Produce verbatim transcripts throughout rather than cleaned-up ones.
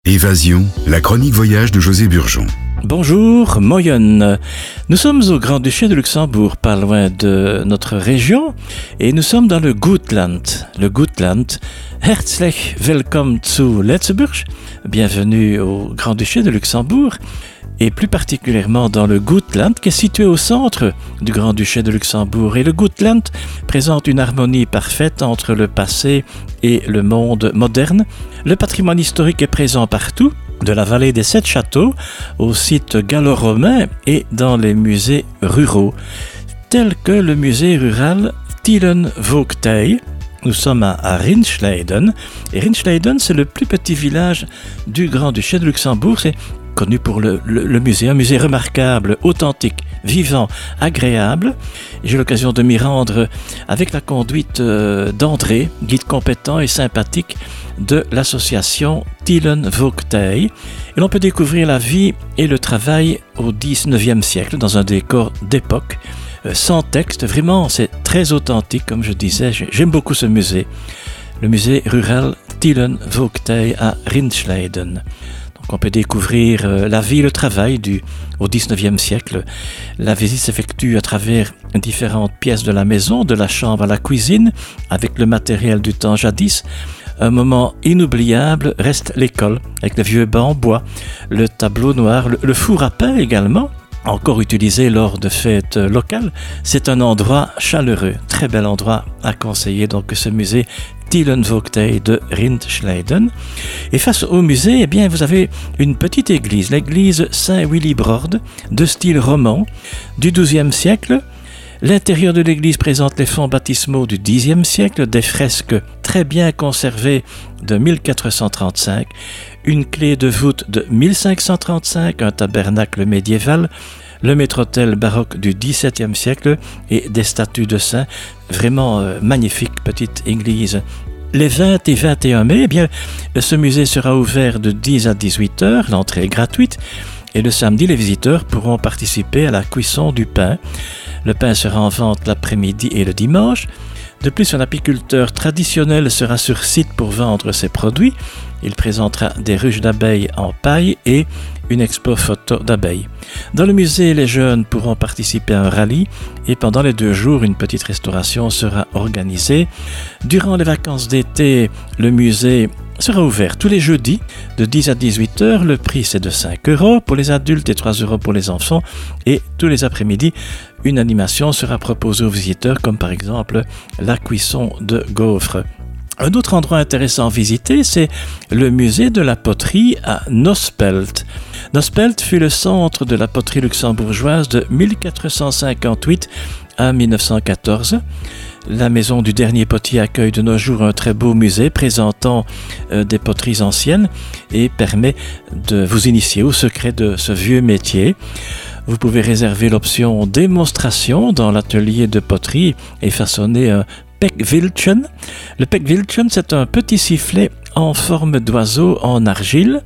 Évasion, la chronique voyage de José Burgeon. Bonjour, Moyen. Nous sommes au Grand-Duché de Luxembourg, pas loin de notre région, et nous sommes dans le Gutland. Le Gutland. Herzlich willkommen zu Letzeburg. Bienvenue au Grand-Duché de Luxembourg, et plus particulièrement dans le Gutland, qui est situé au centre du Grand-Duché de Luxembourg. Et le Gutland présente une harmonie parfaite entre le passé et le monde moderne. Le patrimoine historique est présent partout, de la vallée des Sept Châteaux au site gallo-romain et dans les musées ruraux, tels que le musée rural Thielen-Voogtij. Nous sommes à, à Rinsleden. Et Rinsleden, c'est le plus petit village du Grand-Duché de Luxembourg. C'est connu pour le, le, le musée, un musée remarquable, authentique, vivant, agréable. J'ai l'occasion de m'y rendre avec la conduite euh, d'André, guide compétent et sympathique de l'association Thielen-Voogtij. Et l'on peut découvrir la vie et le travail au dix-neuvième siècle dans un décor d'époque, euh, sans texte. Vraiment, c'est très authentique, comme je disais. J'aime beaucoup ce musée, le musée rural Thielen-Voogtij à Rinsleden. On peut découvrir euh, la vie et le travail du, au dix-neuvième siècle. La visite s'effectue à travers différentes pièces de la maison, de la chambre à la cuisine, avec le matériel du temps jadis. Un moment inoubliable reste l'école, avec le vieux banc en bois, le tableau noir, le, le four à pain également, encore utilisé lors de fêtes locales. C'est un endroit chaleureux, très bel endroit à conseiller, donc ce musée Thielen-Voogtij de Rinsleden. Et face au musée, eh bien, vous avez une petite église, l'église Saint-Willibrord, de style roman, du douzième siècle. L'intérieur de l'église présente les fonds baptismaux du dixième siècle, des fresques très bien conservées de mille quatre cent trente-cinq, une clé de voûte de mille cinq cent trente-cinq, un tabernacle médiéval, le maître-autel baroque du dix-septième siècle et des statues de saints. Vraiment euh, magnifique petite église. Les vingt et vingt et un mai, eh bien, ce musée sera ouvert de dix à dix-huit heures, l'entrée est gratuite, et le samedi, les visiteurs pourront participer à la cuisson du pain. Le pain sera en vente l'après-midi et le dimanche. De plus, un apiculteur traditionnel sera sur site pour vendre ses produits. Il présentera des ruches d'abeilles en paille et une expo photo d'abeilles. Dans le musée, les jeunes pourront participer à un rallye et pendant les deux jours, une petite restauration sera organisée. Durant les vacances d'été, le musée sera ouvert tous les jeudis de dix à dix-huit heures. Le prix, c'est de cinq euros pour les adultes et trois euros pour les enfants. Et tous les après-midi, une animation sera proposée aux visiteurs, comme par exemple la cuisson de gaufres. Un autre endroit intéressant à visiter, c'est le musée de la poterie à Nospelt. Nospelt fut le centre de la poterie luxembourgeoise de mille quatre cent cinquante-huit à mille neuf cent quatorze. La maison du dernier potier accueille de nos jours un très beau musée présentant euh, des poteries anciennes et permet de vous initier au secret de ce vieux métier. Vous pouvez réserver l'option démonstration dans l'atelier de poterie et façonner un pekviltjen. Le pekviltjen, c'est un petit sifflet en forme d'oiseau en argile.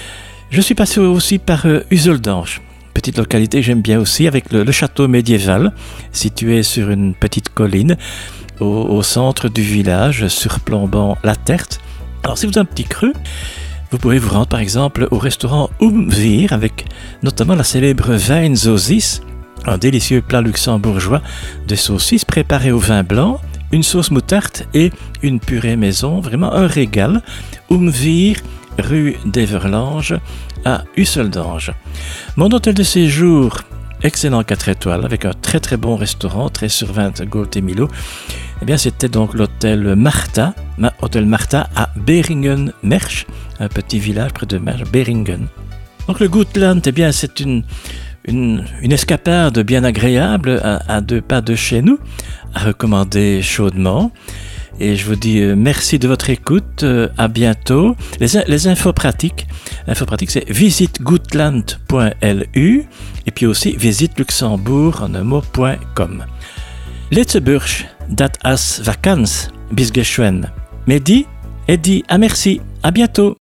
Je suis passé aussi par euh, Useldange, petite localité que j'aime bien aussi, avec le, le château médiéval situé sur une petite colline au, au centre du village, surplombant la Tertre. Alors si vous avez un petit creux, vous pouvez vous rendre par exemple au restaurant Umveer avec notamment la célèbre Wijnsosis, un délicieux plat luxembourgeois de saucisses préparées au vin blanc, une sauce moutarde et une purée maison, vraiment un régal. Umveer, rue d'Everlange à Useldange. Mon hôtel de séjour, excellent quatre étoiles, avec un très très bon restaurant, très sur vingt Gold et Milo. Eh bien, c'était donc l'hôtel Martha, hôtel Martha à Beringen-Mersch, un petit village près de Mersch, Beringen. Donc le Gutland, eh bien, c'est une, une, une escapade bien agréable à, à deux pas de chez nous, à recommander chaudement. Et je vous dis euh, merci de votre écoute, euh, à bientôt. Les, les infos pratiques, l'info pratique c'est visite gutland point l u et puis aussi visite luxembourg en un mot point com. Letzeburg, dat as Vakanz, bis geschwen. Mehdi, Eddy, à merci, à bientôt.